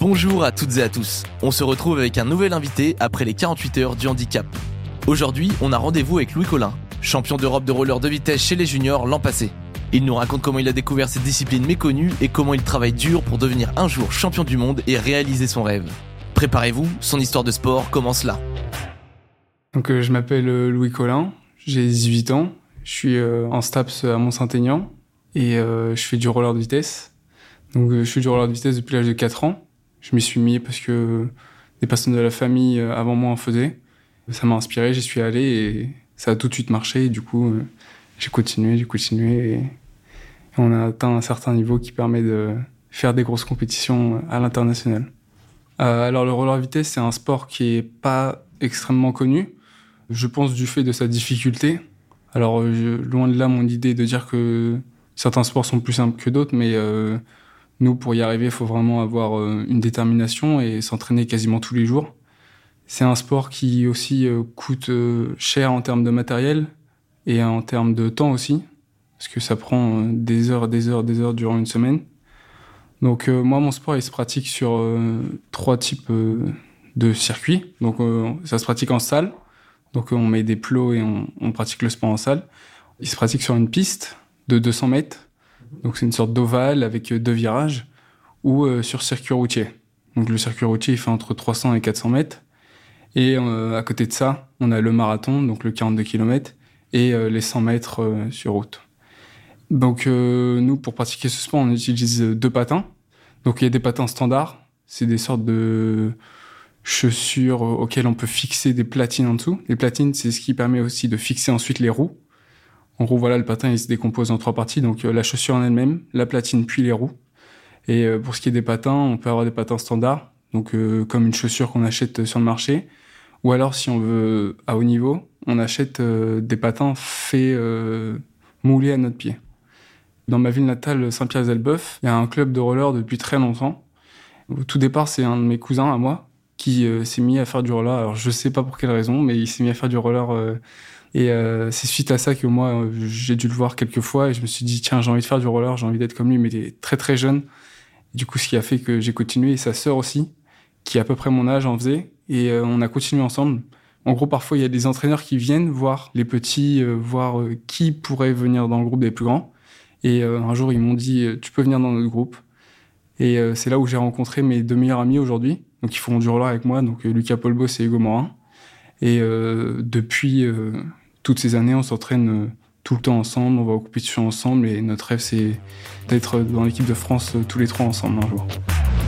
Bonjour à toutes et à tous. On se retrouve avec un nouvel invité après les 48 heures du handicap. Aujourd'hui, on a rendez-vous avec Louis Collin, champion d'Europe de roller de vitesse chez les juniors l'an passé. Il nous raconte comment il a découvert cette discipline méconnue et comment il travaille dur pour devenir un jour champion du monde et réaliser son rêve. Préparez-vous, son histoire de sport commence là. Donc, je m'appelle Louis Collin, j'ai 18 ans, je suis en STAPS à Mont-Saint-Aignan et je fais du roller de vitesse. Donc, je fais du roller de vitesse depuis l'âge de 4 ans. Je m'y suis mis parce que des personnes de la famille avant moi en faisaient. Ça m'a inspiré, j'y suis allé et ça a tout de suite marché. Et du coup, j'ai continué et on a atteint un certain niveau qui permet de faire des grosses compétitions à l'international. Alors, le roller de vitesse, c'est un sport qui est pas extrêmement connu. Je pense du fait de sa difficulté. Alors, loin de là mon idée de dire que certains sports sont plus simples que d'autres, mais nous, pour y arriver, il faut vraiment avoir une détermination et s'entraîner quasiment tous les jours. C'est un sport qui aussi coûte cher en termes de matériel et en termes de temps aussi, parce que ça prend des heures durant une semaine. Donc moi, mon sport, il se pratique sur 3 types de circuits. Donc ça se pratique en salle, donc on met des plots et on pratique le sport en salle. Il se pratique sur une piste de 200 mètres. Donc c'est une sorte d'ovale avec 2 virages, ou sur circuit routier. Donc le circuit routier, il fait entre 300 et 400 mètres. Et à côté de ça, on a le marathon, donc le 42 km, et les 100 mètres sur route. Donc nous, pour pratiquer ce sport, on utilise 2 patins. Donc il y a des patins standards, c'est des sortes de chaussures auxquelles on peut fixer des platines en dessous. Les platines, c'est ce qui permet aussi de fixer ensuite les roues. En gros, voilà, le patin, il se décompose en 3 parties. Donc, la chaussure en elle-même, la platine, puis les roues. Et pour ce qui est des patins, on peut avoir des patins standards. Donc, comme une chaussure qu'on achète sur le marché. Ou alors, si on veut à haut niveau, on achète des patins faits moulés à notre pied. Dans ma ville natale, Saint-Pierre-des-Elbeuf, il y a un club de roller depuis très longtemps. Au tout départ, c'est un de mes cousins à moi qui s'est mis à faire du roller. Alors, je sais pas pour quelle raison, mais il s'est mis à faire du roller. Et c'est suite à ça que moi, j'ai dû le voir quelques fois et je me suis dit, tiens, j'ai envie de faire du roller, j'ai envie d'être comme lui, mais il est très très jeune. Et du coup, ce qui a fait que j'ai continué, et sa sœur aussi, qui est à peu près mon âge, en faisait, et on a continué ensemble. En gros, parfois, il y a des entraîneurs qui viennent voir les petits, voir qui pourrait venir dans le groupe des plus grands. Et un jour, ils m'ont dit, tu peux venir dans notre groupe. Et c'est là où j'ai rencontré mes 2 meilleurs amis aujourd'hui, donc ils font du roller avec moi, donc Lucas Polbos et Hugo Morin. Et depuis toutes ces années, on s'entraîne tout le temps ensemble, on va aux compétitions ensemble et notre rêve, c'est d'être dans l'équipe de France tous les 3 ensemble un jour.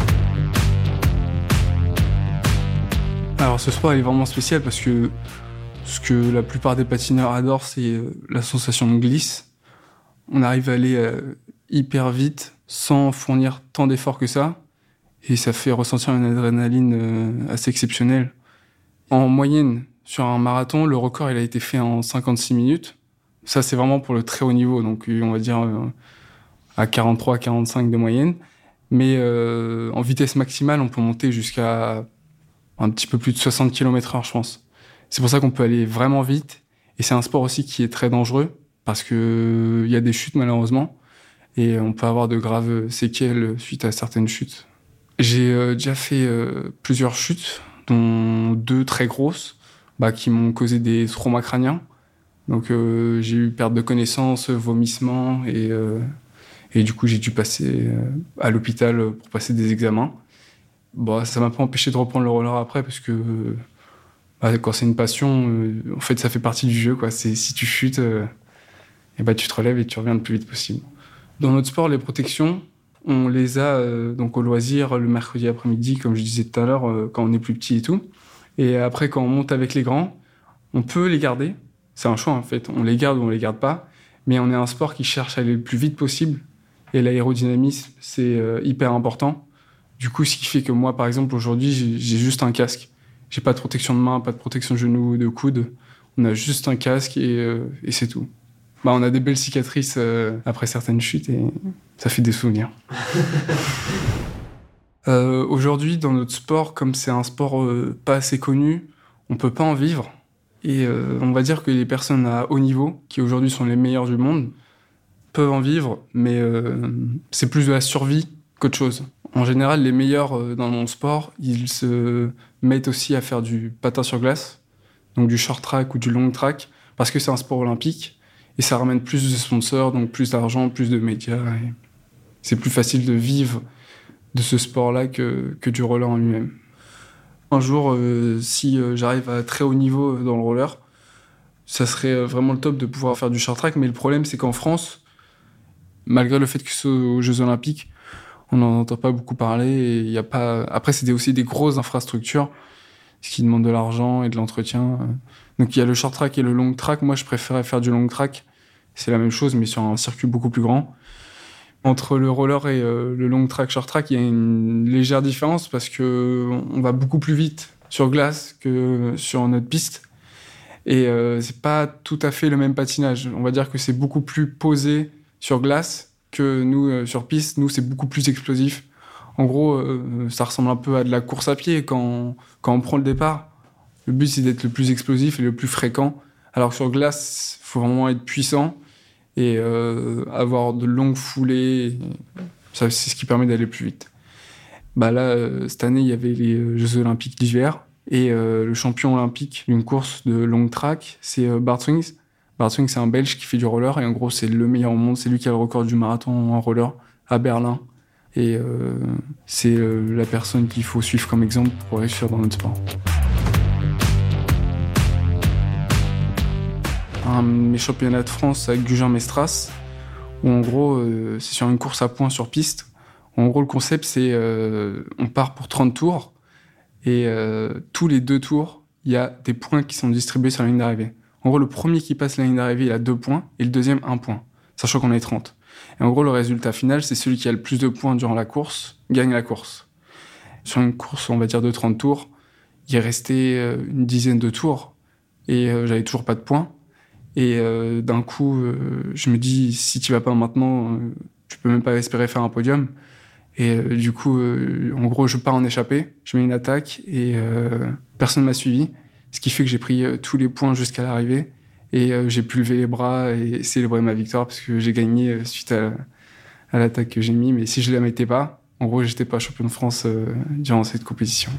Alors ce sport il est vraiment spécial parce que ce que la plupart des patineurs adorent, c'est la sensation de glisse. On arrive à aller hyper vite sans fournir tant d'efforts que ça et ça fait ressentir une adrénaline assez exceptionnelle. En moyenne, sur un marathon, le record il a été fait en 56 minutes. Ça, c'est vraiment pour le très haut niveau, donc on va dire à 43-45 de moyenne. Mais en vitesse maximale, on peut monter jusqu'à un petit peu plus de 60 km/h, je pense. C'est pour ça qu'on peut aller vraiment vite. Et c'est un sport aussi qui est très dangereux, parce qu'il y a des chutes malheureusement, et on peut avoir de graves séquelles suite à certaines chutes. J'ai déjà fait plusieurs chutes, dont 2 très grosses, qui m'ont causé des traumas crâniens. Donc j'ai eu perte de connaissance, vomissement et du coup j'ai dû passer à l'hôpital pour passer des examens. Ça m'a pas empêché de reprendre le roller après parce que quand c'est une passion, en fait ça fait partie du jeu quoi. C'est si tu chutes, tu te relèves et tu reviens le plus vite possible. Dans notre sport, les protections, on les a donc au loisir le mercredi après-midi, comme je disais tout à l'heure, quand on est plus petit et tout. Et après, quand on monte avec les grands, on peut les garder. C'est un choix, en fait. On les garde ou on les garde pas. Mais on est un sport qui cherche à aller le plus vite possible. Et l'aérodynamisme, c'est hyper important. Du coup, ce qui fait que moi, par exemple, aujourd'hui, j'ai juste un casque. J'ai pas de protection de main, pas de protection de genoux, de coude. On a juste un casque et c'est tout. On a des belles cicatrices après certaines chutes et ça fait des souvenirs. Aujourd'hui, dans notre sport, comme c'est un sport pas assez connu, on peut pas en vivre. Et on va dire que les personnes à haut niveau, qui aujourd'hui sont les meilleures du monde, peuvent en vivre, mais c'est plus de la survie qu'autre chose. En général, les meilleurs dans mon sport, ils se mettent aussi à faire du patin sur glace, donc du short track ou du long track, parce que c'est un sport olympique et ça ramène plus de sponsors, donc plus d'argent, plus de médias. Et c'est plus facile de vivre de ce sport-là que du roller en lui-même. Un jour, si j'arrive à très haut niveau dans le roller, ça serait vraiment le top de pouvoir faire du short track, mais le problème, c'est qu'en France, malgré le fait que ce soit aux Jeux Olympiques, on n'en entend pas beaucoup parler et il y a pas. Après, c'est aussi des grosses infrastructures, ce qui demande de l'argent et de l'entretien. Donc il y a le short track et le long track. Moi, je préférais faire du long track. C'est la même chose, mais sur un circuit beaucoup plus grand. Entre le roller et le long track, short track, il y a une légère différence parce que on va beaucoup plus vite sur glace que sur notre piste. Et c'est pas tout à fait le même patinage. On va dire que c'est beaucoup plus posé sur glace que nous sur piste. Nous, c'est beaucoup plus explosif. En gros, ça ressemble un peu à de la course à pied quand on prend le départ. Le but, c'est d'être le plus explosif et le plus fréquent. Alors que sur glace, il faut vraiment être puissant et avoir de longues foulées. Ça, c'est ce qui permet d'aller plus vite. Bah là, cette année, il y avait les Jeux Olympiques d'hiver. Et le champion olympique d'une course de long track, c'est Bart Swings. Bart Swings, c'est un Belge qui fait du roller. Et en gros, c'est le meilleur au monde. C'est lui qui a le record du marathon en roller à Berlin. Et c'est la personne qu'il faut suivre comme exemple pour réussir dans notre sport. Un de mes championnats de France avec Gujan-Mestras, où en gros, c'est sur une course à points sur piste. En gros, le concept, c'est on part pour 30 tours. Et tous les 2 tours, il y a des points qui sont distribués sur la ligne d'arrivée. En gros, le premier qui passe la ligne d'arrivée, il a 2 points, et le deuxième, 1 point, sachant qu'on est 30. Et en gros, le résultat final, c'est celui qui a le plus de points durant la course, gagne la course. Sur une course, on va dire de 30 tours, il restait une dizaine de tours, et j'avais toujours pas de points. Et d'un coup, je me dis, si tu vas pas maintenant, tu peux même pas espérer faire un podium. Et du coup, en gros, je pars en échappée, je mets une attaque et personne m'a suivi. Ce qui fait que j'ai pris tous les points jusqu'à l'arrivée et j'ai pu lever les bras et célébrer ma victoire parce que j'ai gagné suite à l'attaque que j'ai mis. Mais si je la mettais pas, en gros, j'étais pas champion de France durant cette compétition.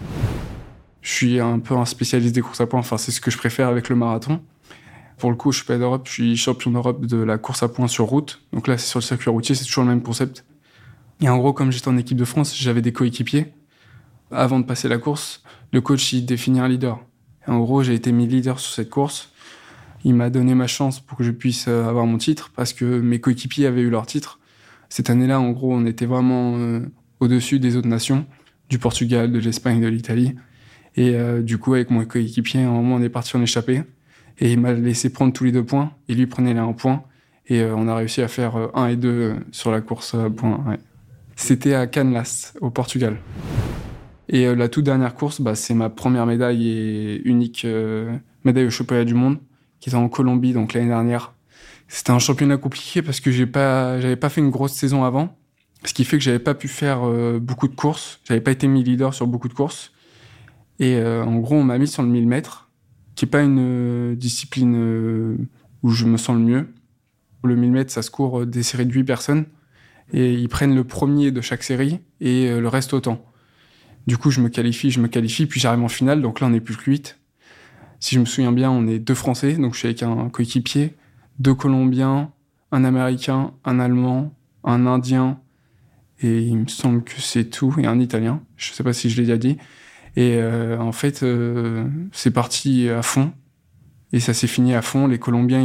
Je suis un peu un spécialiste des courses à points, enfin c'est ce que je préfère avec le marathon. Pour le coup, je suis pas d'Europe, je suis champion d'Europe de la course à points sur route. Donc là, c'est sur le circuit routier, c'est toujours le même concept. Et en gros, comme j'étais en équipe de France, j'avais des coéquipiers. Avant de passer la course, le coach, il définit un leader. Et en gros, j'ai été mis leader sur cette course. Il m'a donné ma chance pour que je puisse avoir mon titre, parce que mes coéquipiers avaient eu leur titre. Cette année-là, en gros, on était vraiment au-dessus des autres nations, du Portugal, de l'Espagne, de l'Italie. Et du coup, avec mon coéquipier, à un moment, on est parti en échappée. Et il m'a laissé prendre tous les 2 points, et lui prenait les 1 point. Et on a réussi à faire 1 et 2 sur la course à points. Ouais. C'était à Canlas, au Portugal. Et la toute dernière course, c'est ma première médaille et unique médaille au championnat du monde, qui était en Colombie, donc l'année dernière. C'était un championnat compliqué parce que j'avais pas fait une grosse saison avant, ce qui fait que j'avais pas pu faire beaucoup de courses. J'avais pas été mis leader sur beaucoup de courses. Et en gros, on m'a mis sur le 1000 mètres, qui est pas une discipline où je me sens le mieux. Le 1000 mètres, ça se court des séries de 8 personnes. Et ils prennent le premier de chaque série et le reste autant. Du coup, je me qualifie, puis j'arrive en finale, donc là, on n'est plus que 8. Si je me souviens bien, on est 2 Français, donc je suis avec un coéquipier, 2 Colombiens, un Américain, un Allemand, un Indien, et il me semble que c'est tout, et un Italien, je sais pas si je l'ai déjà dit. Et en fait, c'est parti à fond, et ça s'est fini à fond. Les Colombiens,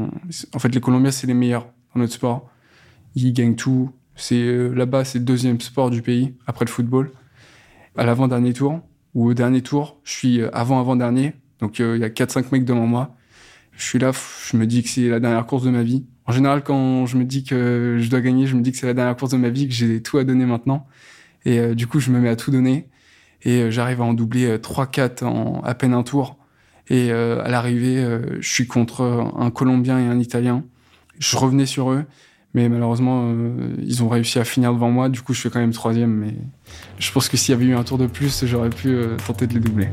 les Colombiens, c'est les meilleurs dans notre sport. Ils gagnent tout. Là-bas, c'est le 2e sport du pays, après le football. À l'avant-dernier tour, ou au dernier tour, je suis avant-avant-dernier. Donc, il y a 4-5 mecs devant moi. Je suis là, je me dis que c'est la dernière course de ma vie. En général, quand je me dis que je dois gagner, je me dis que c'est la dernière course de ma vie, que j'ai tout à donner maintenant. Et du coup, je me mets à tout donner. Et j'arrive à en doubler 3-4 en à peine un tour. Et à l'arrivée, je suis contre un Colombien et un Italien. Je revenais sur eux. Mais malheureusement, ils ont réussi à finir devant moi. Du coup, je fais quand même 3e. Mais je pense que s'il y avait eu un tour de plus, j'aurais pu tenter de les doubler.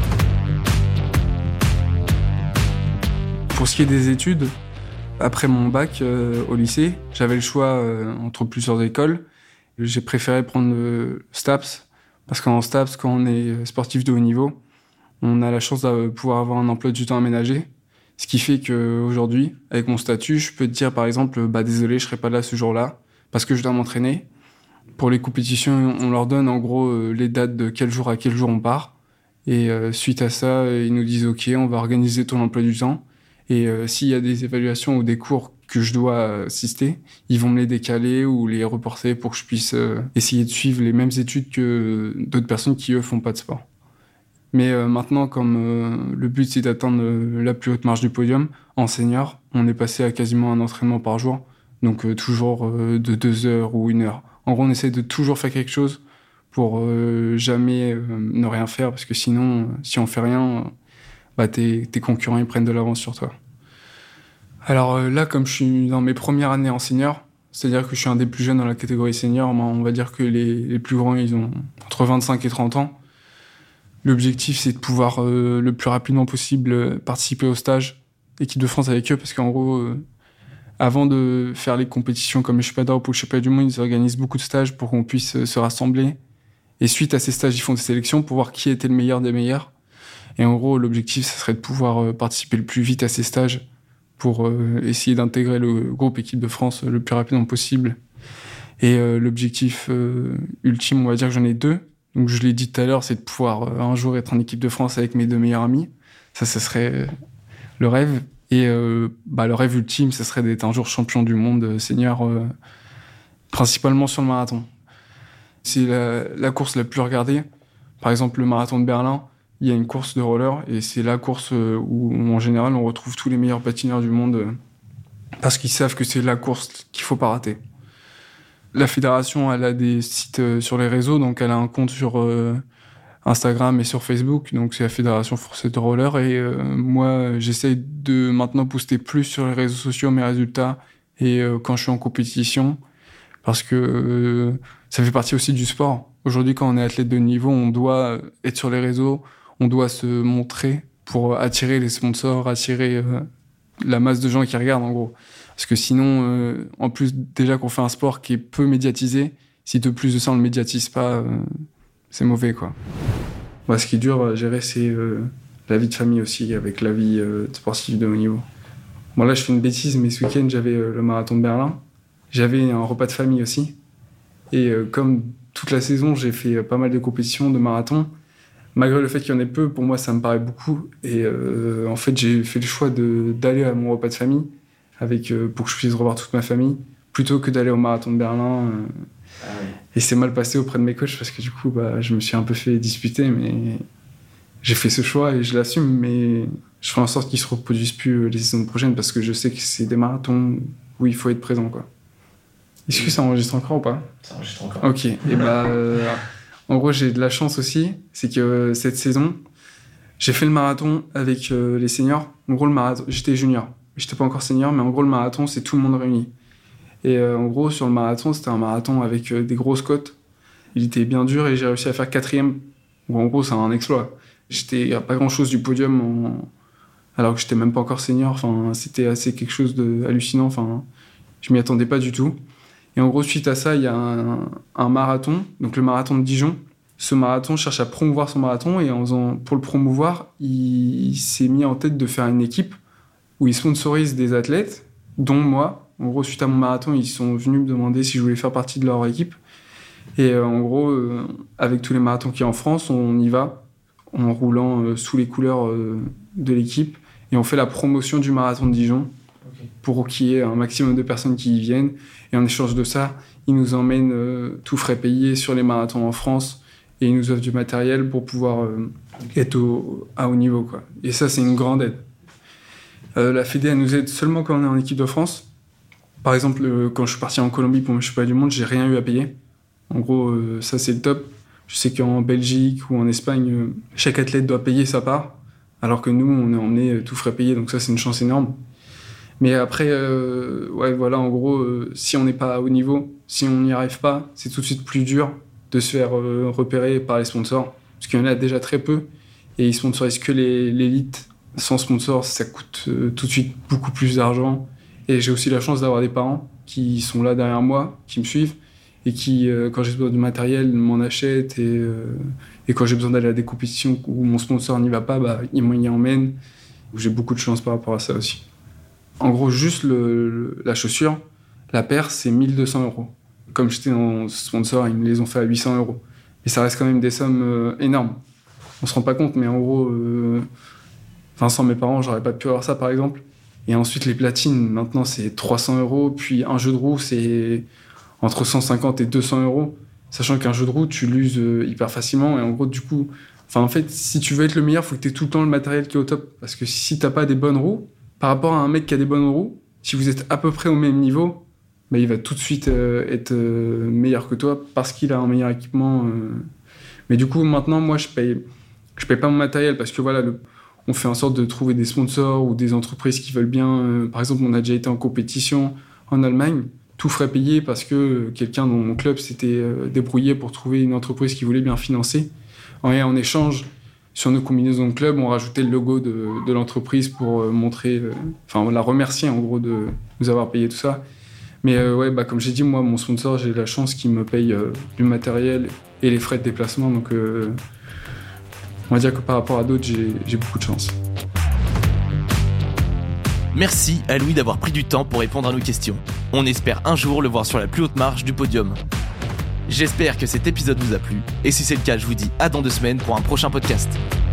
Pour ce qui est des études, après mon bac au lycée, j'avais le choix entre plusieurs écoles. J'ai préféré prendre le STAPS, parce qu'en STAPS, quand on est sportif de haut niveau, on a la chance de pouvoir avoir un emploi du temps aménagé. Ce qui fait qu'aujourd'hui, avec mon statut, je peux te dire par exemple, désolé, je serai pas là ce jour-là, parce que je dois m'entraîner. Pour les compétitions, on leur donne en gros les dates de quel jour à quel jour on part. Et suite à ça, ils nous disent OK, on va organiser ton emploi du temps. Et s'il y a des évaluations ou des cours que je dois assister, ils vont me les décaler ou les reporter pour que je puisse essayer de suivre les mêmes études que d'autres personnes qui, eux, font pas de sport. Mais maintenant, comme le but, c'est d'atteindre la plus haute marche du podium, en senior, on est passé à quasiment un entraînement par jour. Donc toujours de 2 heures ou 1 heure. En gros, on essaie de toujours faire quelque chose pour jamais ne rien faire, parce que sinon, si on fait rien, tes concurrents ils prennent de l'avance sur toi. Alors là, comme je suis dans mes premières années en senior, c'est-à-dire que je suis un des plus jeunes dans la catégorie senior, on va dire que les plus grands, ils ont entre 25 et 30 ans. L'objectif, c'est de pouvoir le plus rapidement possible participer au stage équipe de France avec eux, parce qu'en gros, avant de faire les compétitions comme le championnat d'Europe ou le championnat du monde, ils organisent beaucoup de stages pour qu'on puisse se rassembler. Et suite à ces stages, ils font des sélections pour voir qui était le meilleur des meilleurs. Et en gros, l'objectif, ça serait de pouvoir participer le plus vite à ces stages pour essayer d'intégrer le groupe équipe de France le plus rapidement possible. Et l'objectif ultime, on va dire que j'en ai 2. Donc je l'ai dit tout à l'heure, c'est de pouvoir un jour être en équipe de France avec mes 2 meilleurs amis. Ça serait le rêve. Et le rêve ultime, ça serait d'être un jour champion du monde senior, principalement sur le marathon. C'est la course la plus regardée. Par exemple, le marathon de Berlin, il y a une course de roller et c'est la course où en général on retrouve tous les meilleurs patineurs du monde parce qu'ils savent que c'est la course qu'il faut pas rater. La fédération, elle a des sites sur les réseaux, donc elle a un compte sur Instagram et sur Facebook, donc c'est la Fédération Française de Roller. Et moi, j'essaye de maintenant booster plus sur les réseaux sociaux mes résultats et quand je suis en compétition, parce que ça fait partie aussi du sport. Aujourd'hui, quand on est athlète de niveau, on doit être sur les réseaux, on doit se montrer pour attirer les sponsors, attirer la masse de gens qui regardent en gros. Parce que sinon, en plus déjà qu'on fait un sport qui est peu médiatisé, si de plus de ça on le médiatise pas, c'est mauvais quoi. Ce qui est dur à gérer, c'est la vie de famille aussi, avec la vie sportive de haut niveau. Bon là je fais une bêtise, mais ce week-end j'avais le marathon de Berlin, j'avais un repas de famille aussi, et comme toute la saison j'ai fait pas mal de compétitions, de marathons, malgré le fait qu'il y en ait peu, pour moi ça me paraît beaucoup, et en fait j'ai fait le choix d'aller à mon repas de famille, pour que je puisse revoir toute ma famille, plutôt que d'aller au marathon de Berlin. Et c'est mal passé auprès de mes coachs parce que du coup, je me suis un peu fait disputer, mais j'ai fait ce choix et je l'assume, mais je ferai en sorte qu'ils se reproduisent plus les saisons prochaines parce que je sais que c'est des marathons où il faut être présent, quoi. Est-ce que ça enregistre encore ou pas ? Ça enregistre encore. Ok. Et en gros, j'ai de la chance aussi, c'est que cette saison, j'ai fait le marathon avec les seniors. En gros, le marathon, j'étais junior. J'étais pas encore senior, mais en gros, le marathon, c'est tout le monde réuni. Et en gros, sur le marathon, c'était un marathon avec des grosses côtes. Il était bien dur et j'ai réussi à faire 4e. En gros, c'est un exploit. J'étais à pas grand-chose du podium alors que j'étais même pas encore senior. Enfin, c'était assez quelque chose d'hallucinant. Enfin, je m'y attendais pas du tout. Et en gros, suite à ça, il y a un marathon, donc le marathon de Dijon. Ce marathon cherche à promouvoir son marathon et pour le promouvoir, il s'est mis en tête de faire une équipe où il sponsorise des athlètes, dont moi. En gros, suite à mon marathon, ils sont venus me demander si je voulais faire partie de leur équipe. Et en gros, avec tous les marathons qu'il y a en France, on y va en roulant sous les couleurs de l'équipe. Et on fait la promotion du marathon de Dijon pour qu'il y ait un maximum de personnes qui y viennent. Et en échange de ça, ils nous emmènent tout frais payé sur les marathons en France. Et ils nous offrent du matériel pour pouvoir être à haut niveau, quoi. Et ça, c'est une grande aide. La Fédé, elle nous aide seulement quand on est en équipe de France. Par exemple, quand je suis parti en Colombie pour le championnat du monde, j'ai rien eu à payer. En gros, ça c'est le top. Je sais qu'en Belgique ou en Espagne, chaque athlète doit payer sa part, alors que nous, on est emmené tout frais payé, donc ça c'est une chance énorme. Mais après, en gros, si on n'est pas à haut niveau, si on n'y arrive pas, c'est tout de suite plus dur de se faire repérer par les sponsors, parce qu'il y en a déjà très peu, et ils sponsorisent que l'élite. Sans sponsor, ça coûte tout de suite beaucoup plus d'argent. Et j'ai aussi la chance d'avoir des parents qui sont là derrière moi, qui me suivent. et qui, quand j'ai besoin de matériel, m'en achète et quand j'ai besoin d'aller à des compétitions où mon sponsor n'y va pas, bah, il m'y emmène. J'ai beaucoup de chance par rapport à ça aussi. En gros, juste la chaussure, la paire, c'est 1 200 €. Comme j'étais en sponsor, ils me les ont fait à 800 €. Et ça reste quand même des sommes énormes. On se rend pas compte, mais en gros, sans mes parents, j'aurais pas pu avoir ça, par exemple. Et ensuite, les platines, maintenant, c'est 300 €. Puis un jeu de roue, c'est entre 150 et 200 €. Sachant qu'un jeu de roue, tu l'uses hyper facilement. Et en gros, du coup, en fait, si tu veux être le meilleur, il faut que tu aies tout le temps le matériel qui est au top. Parce que si t'as pas des bonnes roues, par rapport à un mec qui a des bonnes roues, si vous êtes à peu près au même niveau, bah, il va tout de suite être meilleur que toi parce qu'il a un meilleur équipement. Mais du coup, maintenant, moi, je paye pas mon matériel parce que voilà, on fait en sorte de trouver des sponsors ou des entreprises qui veulent bien. Par exemple, on a déjà été en compétition en Allemagne, tout frais payé parce que quelqu'un dans mon club s'était débrouillé pour trouver une entreprise qui voulait bien financer. En échange, sur nos combinaisons de club, on rajoutait le logo de l'entreprise pour montrer, la remercier en gros de nous avoir payé tout ça. Mais comme j'ai dit, moi, mon sponsor, j'ai la chance qu'il me paye du matériel et les frais de déplacement. Donc, on va dire que par rapport à d'autres, j'ai beaucoup de chance. Merci à Louis d'avoir pris du temps pour répondre à nos questions. On espère un jour le voir sur la plus haute marche du podium. J'espère que cet épisode vous a plu. Et si c'est le cas, je vous dis à dans 2 semaines pour un prochain podcast.